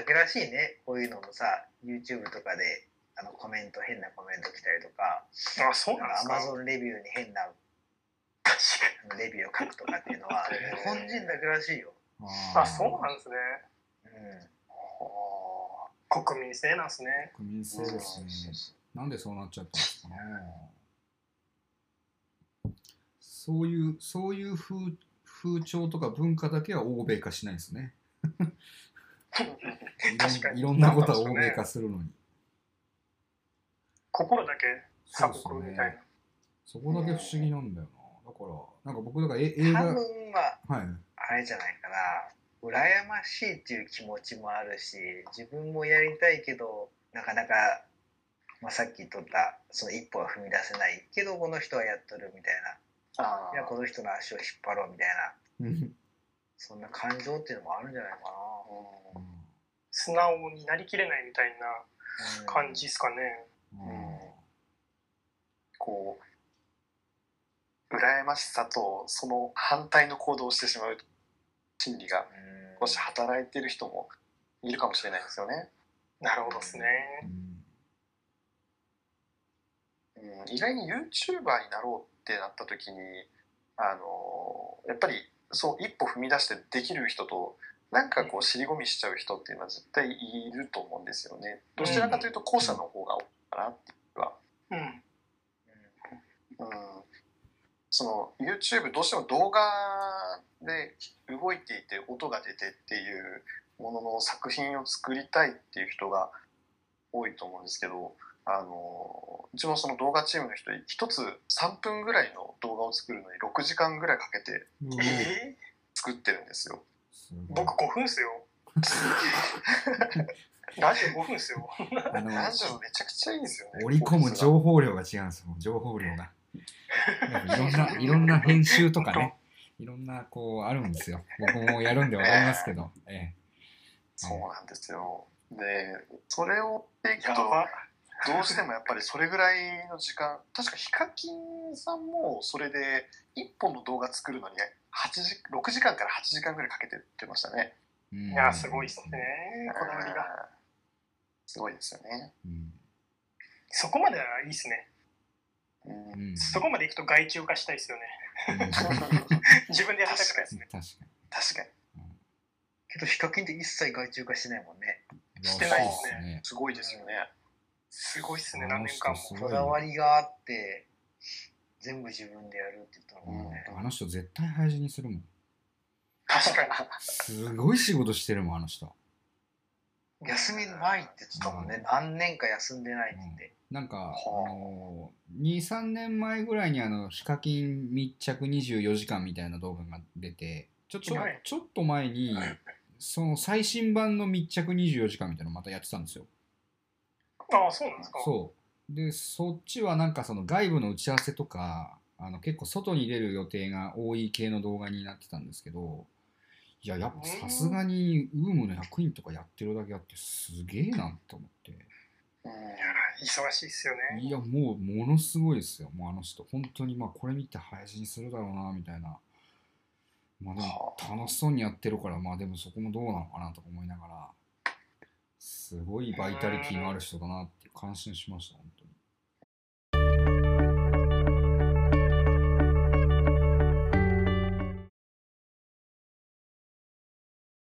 けらしいね。こういうのもさ、YouTube とかで変なコメント来たりとか、 あ、そうなんですか。 Amazon レビューに変な確かレビューを書くとかっていうのは日本人だけらしいよ。 に。あ、そうなんですね。国民性なんですね。 国民性ですね。なんでそうなっちゃったんですかね。そういう風潮とか文化だけは欧米化しないですね。 確かにいろんなことは欧米化するのに。 心だけ鎖国みたいな。 そこだけ不思議なんだよな。だからなんか僕映画多分ははいあれじゃないかな。羨ましいっていう気持ちもあるし、自分もやりたいけどなかなか、さっき言ったその一歩は踏み出せないけどこの人はやっとるみたいな、いやこの人の足を引っ張ろうみたいなそんな感情っていうのもあるんじゃないかな。 素直になりきれないみたいな感じですかね。 こう羨ましさとその反対の行動をしてしまう心理が少し働いてる人もいるかもしれないですよね。 なるほどですね。 意外に YouTuber になろうってなった時にやっぱりそう一歩踏み出してできる人となんかこう尻込みしちゃう人っていうのは絶対いると思うんですよね。どちらかというと後者の方が多いかなっていうか、その YouTube どうしても動画で動いていて音が出てっていうものの作品を作りたいっていう人が多いと思うんですけど、うちもその動画チームの人一つ3分ぐらいの動画を作るのに6時間ぐらいかけて作ってるんですよ。 僕5分っすよ。ラジオ5分っすよ。 ラジオめちゃくちゃいいんですよね。 織り込む情報量が違うんですよ。情報量がいろんな編集とかね、いろんなこうあるんですよ。僕もやるんでわかりますけど、 そうなんですよ。でそれをっていくとどうしてもやっぱりそれぐらいの時間、確かヒカキンさんもそれで1本の動画作るのに6時間から8時間ぐらいかけてってましたね。 いやすごいですね、こだわりがすごいですよね。 そこまではいいですね。そこまでいくと外注化したいですよね。自分でやりたくないですね。 確かに。 けどヒカキンって一切外注化してないもんね。 してないですね。 すごいですよね。 すごいっすね。何年間もこだわりがあって全部自分でやるって言ったのもね。 あの人絶対早死にするもん。 確かに。 すごい仕事してるもんあの人。 休みないって言ってたもんね。何年か休んでないって言って。 なんか2、3年前ぐらいにヒカキン密着24時間みたいな動画が出て、ちょっと前にその最新版の密着24時間みたいなのまたやってたんですよ。 ああ、そうなんですか。 そうで、そっちはなんかその外部の打ち合わせとか結構外に出る予定が多い系の動画になってたんですけど、いや、やっぱさすがにウームの役員とかやってるだけあってすげえなと思って。 忙しいっすよね。 いや、もうものすごいですよ。もうあの人本当にこれ見て配信するだろうなみたいな。でも楽しそうにやってるから、でもそこもどうなのかなとか思いながら、すごいバイタリティのある人だなって感心しました本当